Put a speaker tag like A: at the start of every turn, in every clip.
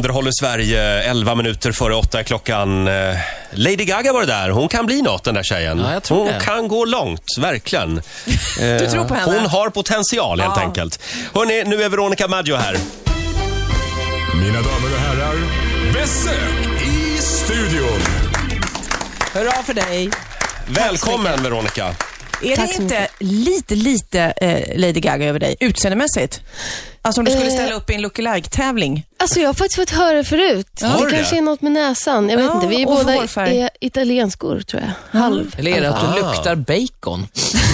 A: underhåller Sverige 11 minuter före 8 klockan. Lady Gaga var det där. Hon kan bli något, den där tjejen.
B: Ja, jag tror
A: hon
B: det.
A: kan gå långt, verkligen.
C: Du tror på henne?
A: Hon har potential, helt enkelt. Hörrni, nu är Veronica Maggio här.
D: Mina damer och herrar, besök i studion.
C: Hurra för dig.
A: Välkommen, Veronica.
C: Är det inte lite Lady Gaga över dig, utseendemässigt? Alltså om du skulle ställa upp i en lookalike-tävling.
E: Alltså jag har faktiskt fått höra förut. Det kanske är något med näsan. Jag vet inte, vi är båda italienskor, tror jag. Halv.
B: Eller är det att du luktar bacon?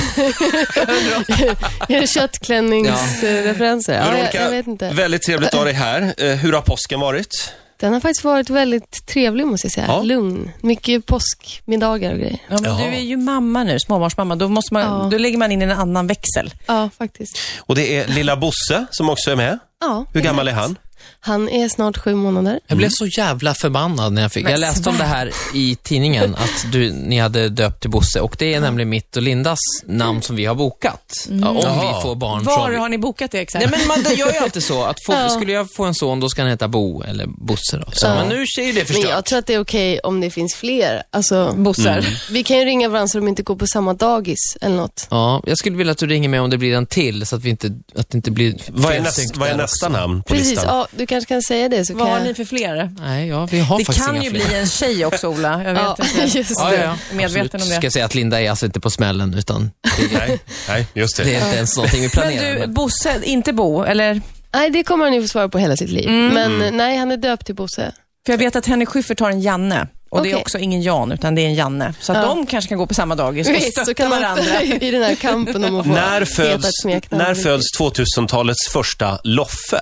E: Är det köttklänningsreferenser?
A: Veronica,
E: jag vet inte.
A: väldigt trevligt att ha dig här. Hur har påsken varit?
E: Den har faktiskt varit väldigt trevlig, måste jag säga.
A: Ja.
E: Lugn. Mycket påskmiddagar och grejer.
C: Ja, men du är ju mamma nu, småbarnsmamma. Då, måste man, då lägger man in en annan växel.
E: Ja, faktiskt.
A: Och det är lilla Bosse som också är med.
E: Ja,
A: Hur gammal är han?
E: Han är snart 7 månader.
B: Jag blev så jävla förbannad när jag läste om det här i tidningen, att ni hade döpt till Bosse. Och det är nämligen mitt och Lindas namn som vi har bokat. Om vi får barn.
C: Var har ni bokat det exakt?
B: Nej, men man gör ju alltid så att skulle jag få en son, då ska han heta Bo eller Bosse då. Så, men nu ser ju det förstört.
E: Men jag tror att det är okej om det finns fler. Alltså,
C: Bossar.
E: Vi kan ju ringa varandra så de inte går på samma dagis eller något.
B: Ja, jag skulle vilja att du ringer mig om det blir en till, så att att det inte blir
A: Vad är nästa namn på listan?
E: Ja, du kanske kan säga det. Så
C: Vad
E: kan
C: har ni för fler?
B: Nej, vi har
C: Det
B: faktiskt
C: kan
B: inga
C: ju
B: fler.
C: bli en tjej också, Ola. Jag vet inte.
E: Just
B: Ja,
E: det.
B: ja.
C: Medveten
B: Absolut.
C: om det.
B: Ska jag säga att Linda är alltså inte på smällen, utan
A: Nej, just det.
B: det är inte ens någonting vi planerar.
C: Men du, Bosse, inte Bo, eller?
E: Nej, det kommer han ju få svara på hela sitt liv. Men nej, han är döpt till Bosse.
C: För jag vet att Henrik Schyffert har en Janne. Och det är
E: Okej.
C: också ingen Jan, utan det är en Janne. Så att de kanske kan gå på samma dagis och
E: Visst,
C: stötta
E: så kan man
C: varandra.
E: i den här kampen om att få heta ett smeknamn.
A: När föds 2000-talets första Loffe?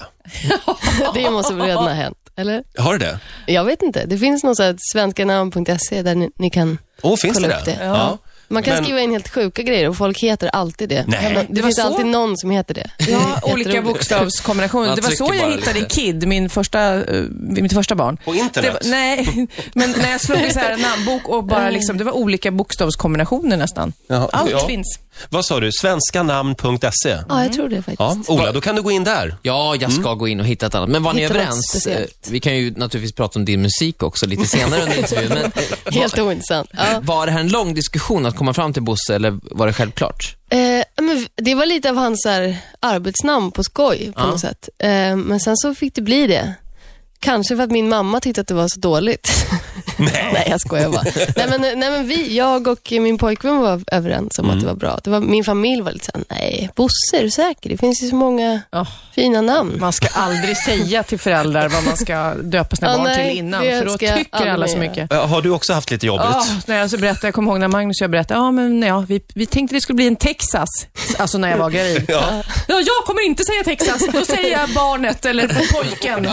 E: Det måste väl redan ha hänt, eller?
A: Har det?
E: Jag vet inte. Det finns något så här svenskanamn.se där ni kan
A: Finns
E: kolla
A: det
E: upp det.
A: Ja.
E: Man kan
A: Men-
E: skriva in helt sjuka grejer och folk heter alltid det.
A: Nej.
E: Det
C: Det var
E: finns
C: så?
E: alltid någon som heter det.
C: Ja, olika bokstavskombinationer.
B: Man
C: Det var så
B: trycker
C: jag
B: bara
C: hittade
B: lite.
C: Kid, mitt första barn.
A: På internet?
C: Nej, men när jag slog i så här en namnbok och bara liksom, det var olika bokstavskombinationer nästan.
A: Jaha,
C: Allt
A: ja.
C: finns.
A: Vad sa du? Svenskanamn.se?
E: Ja, jag tror det faktiskt.
A: Ja, Ola, då kan du gå in där.
B: Ja, jag ska gå in och hitta ett annat. Men var ni
E: Hitta något
B: överens?
E: speciellt.
B: Vi kan ju naturligtvis prata om din musik också lite senare under intervjun. Men
E: Helt ointressant. Ja.
B: var det här en lång diskussion att komma fram till Bosse, eller var det självklart?
E: Men det var lite av hans så här, arbetsnamn på skoj på något sätt. Men sen så fick det bli det. Kanske för att min mamma tyckte att det var så dåligt. Nej, jag skojar bara. nej, men jag och min pojkvän var överens om att det var bra. Min familj var lite såhär, nej, Bosse, är du säker? Det finns ju så många fina namn.
C: Man ska aldrig säga till föräldrar vad man ska döpa sina barn till innan. För då tycker alla så mycket.
A: Har du också haft lite jobbigt?
C: När jag så berättade, jag kommer ihåg när Magnus och jag berättade, vi tänkte det skulle bli en Texas. Alltså när jag var gravid. Ja, jag kommer inte säga Texas. Då säger jag barnet eller pojken.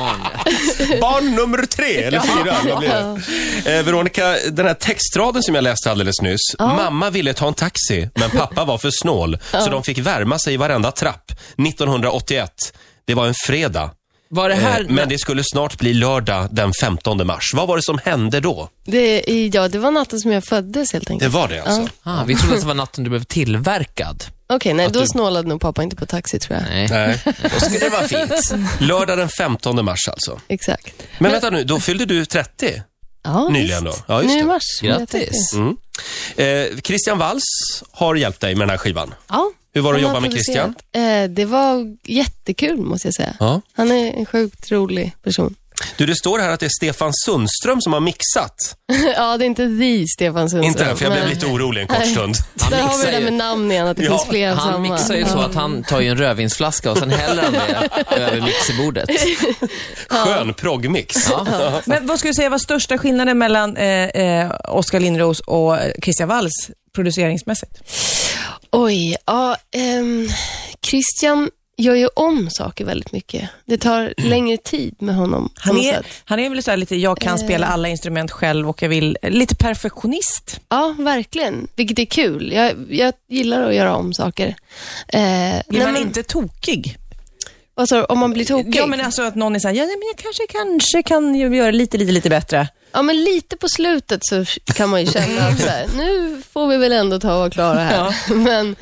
A: Barn nummer 3 eller 4. Vad blir det? Veronica, den här textraden som jag läste alldeles nyss. Mamma ville ta en taxi, men pappa var för snål. Så de fick värma sig i varenda trapp. 1981. Det var en fredag.
B: Var det här...
A: Men det skulle snart bli lördag den 15 mars. Vad var det som hände då?
E: Det var natten som jag föddes helt
A: Det
E: enkelt.
A: var det alltså.
B: vi trodde att det var natten du blev tillverkad.
E: Okej, nej, då snålade nog pappa inte på taxi, tror jag.
B: Nej. Då skulle det vara fint.
A: Lördag den 15 mars alltså.
E: Exakt.
A: Men vänta nu, då fyllde du 30
E: Ja,
A: nyligen
E: visst.
A: då. Ja, just
E: Nu i
A: det.
E: mars.
B: Grattis.
A: Christian Walls har hjälpt dig med den här skivan.
E: Ja.
A: Hur var det att
E: Han
A: jobba
E: har
A: med Christian?
E: producerat. Det var jättekul, måste jag säga.
A: Ja.
E: Han är en sjukt rolig person.
A: Du, det står här att det är Stefan Sundström som har mixat.
E: Ja, det är inte Stefan Sundström.
A: Inte, för jag blev
E: men-
A: lite orolig en kort stund.
E: Där har vi
B: mixar
E: det där
B: ju.
E: med namn igen, att det finns fler av
B: Han
E: samma.
B: mixar ju så att han tar ju en rödvinsflaska och sen häller han det över mixerbordet.
A: Skön proggmix.
C: Men vad skulle du säga var största skillnaden mellan Oskar Lindros och Christian Walls produceringsmässigt?
E: Oj, ja. Christian gör ju om saker väldigt mycket. Det tar längre tid med honom.
C: Han är väl så här lite, jag kan spela alla instrument själv och jag vill, lite perfektionist.
E: Ja, verkligen. Vilket är kul. Jag gillar att göra om saker.
C: Blir man inte tokig?
E: Alltså, om man blir tokig?
C: Ja, men alltså att någon är så här, men jag kanske kan göra lite bättre.
E: Ja, men lite på slutet så kan man ju känna att så här, nu får vi väl ändå ta och klara här. Ja.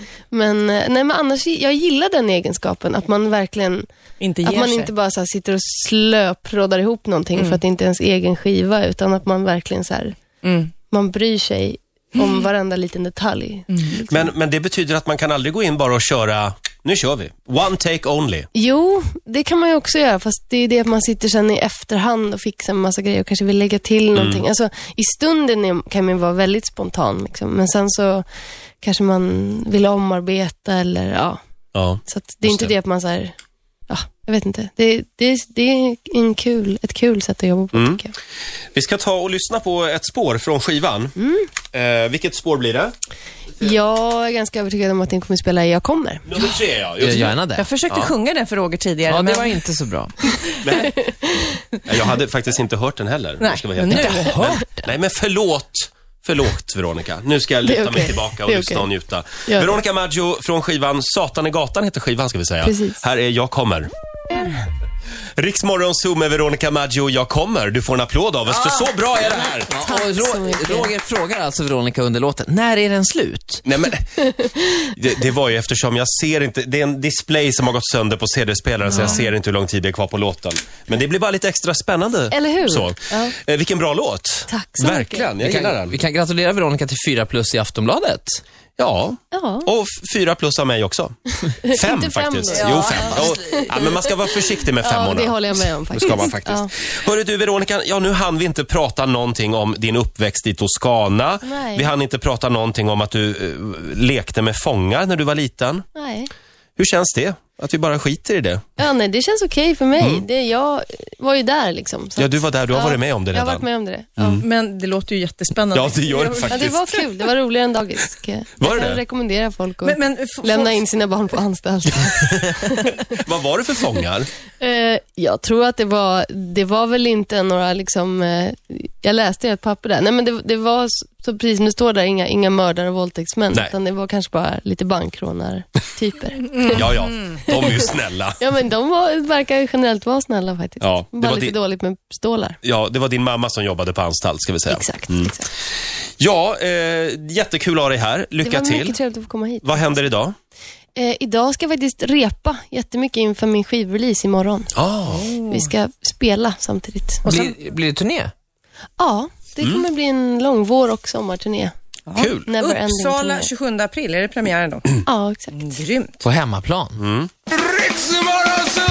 E: Men annars, jag gillar den egenskapen, att man verkligen
C: inte
E: inte bara så här, sitter och slöproddar ihop någonting för att det inte är ens egen skiva, utan att man verkligen så här, man bryr sig om varenda liten detalj.
A: Men det betyder att man kan aldrig gå in bara och köra, nu kör vi. One take only.
E: Jo, det kan man ju också göra, fast det är det att man sitter sen i efterhand och fixar en massa grejer och kanske vill lägga till någonting. Alltså, i stunden kan man vara väldigt spontan liksom. Men sen så kanske man vill omarbeta eller ja. Så att det är inte det att man så här, jag vet inte. Det är ett kul sätt att jobba på, tycker jag.
A: Vi ska ta och lyssna på ett spår från skivan. Vilket spår blir det?
E: Jag är ganska övertygad om att den kommer spela Jag kommer.
A: Nummer 3, ja.
B: Gärna det.
C: Jag försökte sjunga den för Roger tidigare.
B: Ja, det var inte så bra.
A: Nej. Jag hade faktiskt inte hört den heller.
C: Nej,
A: ska vara helt Nej, men förlåt, Veronica. Nu ska jag luta mig tillbaka och lyssna och njuta. Veronica Maggio från skivan Satan i gatan heter skivan, ska vi säga.
E: Precis.
A: Här är Jag kommer. Riksmorgon Zoom med Veronica Maggio, Jag kommer. Du får en applåd av oss, för så bra är det här.
B: Ja, och Roger frågar alltså Veronica under låten, när är den slut?
A: Nej, men det var ju eftersom jag ser inte, det är en display som har gått sönder på CD-spelaren, så jag ser inte hur lång tid det är kvar på låten. Men det blir bara lite extra spännande.
E: Eller hur?
A: Så. Vilken bra låt.
E: Tack så
A: verkligen, jag gillar den.
B: Vi kan gratulera Veronica till 4+ i Aftonbladet.
A: Ja, och 4+ av mig också. 5 faktiskt.
E: Då.
A: Jo, 5. Men man ska vara försiktig med 5.
E: Ja, det håller jag med om faktiskt.
A: Ska man faktiskt. Hörru du Veronica, nu hann vi inte prata någonting om din uppväxt i Toscana.
E: Nej.
A: Vi hann inte prata någonting om att du lekte med fångar när du var liten.
E: Nej.
A: Hur känns det? Att vi bara skiter i det?
E: Ja, nej, det känns okej för mig. Jag var ju där liksom. Så
A: du var där, du har varit med om det redan.
E: Jag har varit med om det.
C: Men det låter ju jättespännande.
A: Ja, det gör det faktiskt.
E: Ja, det var kul. Det var roligare än dagis.
A: Var
E: jag
A: det?
E: kan rekommendera folk att lämna in sina barn på anstalt.
A: Vad var det för fångar?
E: Jag tror att det var väl inte några liksom, jag läste ett papper där. Nej, men det var så precis som det står där, inga mördare och våldtäktsmän.
A: Nej.
E: Utan det var kanske bara lite bankrånar-typer.
A: Ja, de är ju snälla.
E: Ja, men de verkar ju generellt vara snälla faktiskt.
A: Ja, det
E: bara
A: var
E: lite dåligt med stålar.
A: Ja, det var din mamma som jobbade på anstalt, ska vi säga.
E: Exakt.
A: Ja, jättekul att ha dig här. Lycka till.
E: Det var mycket trevligt att få komma hit.
A: Vad händer idag?
E: Idag ska jag faktiskt repa jättemycket inför min skivrelease imorgon. Vi ska spela samtidigt.
B: Blir det turné?
E: Ja, det kommer bli en lång vår- och sommarturné.
A: Kul.
C: Uppsala 27 april, är det premiären då?
E: Ja, exakt.
C: Grymt.
B: På hemmaplan.
D: Riksmorgon Zoom!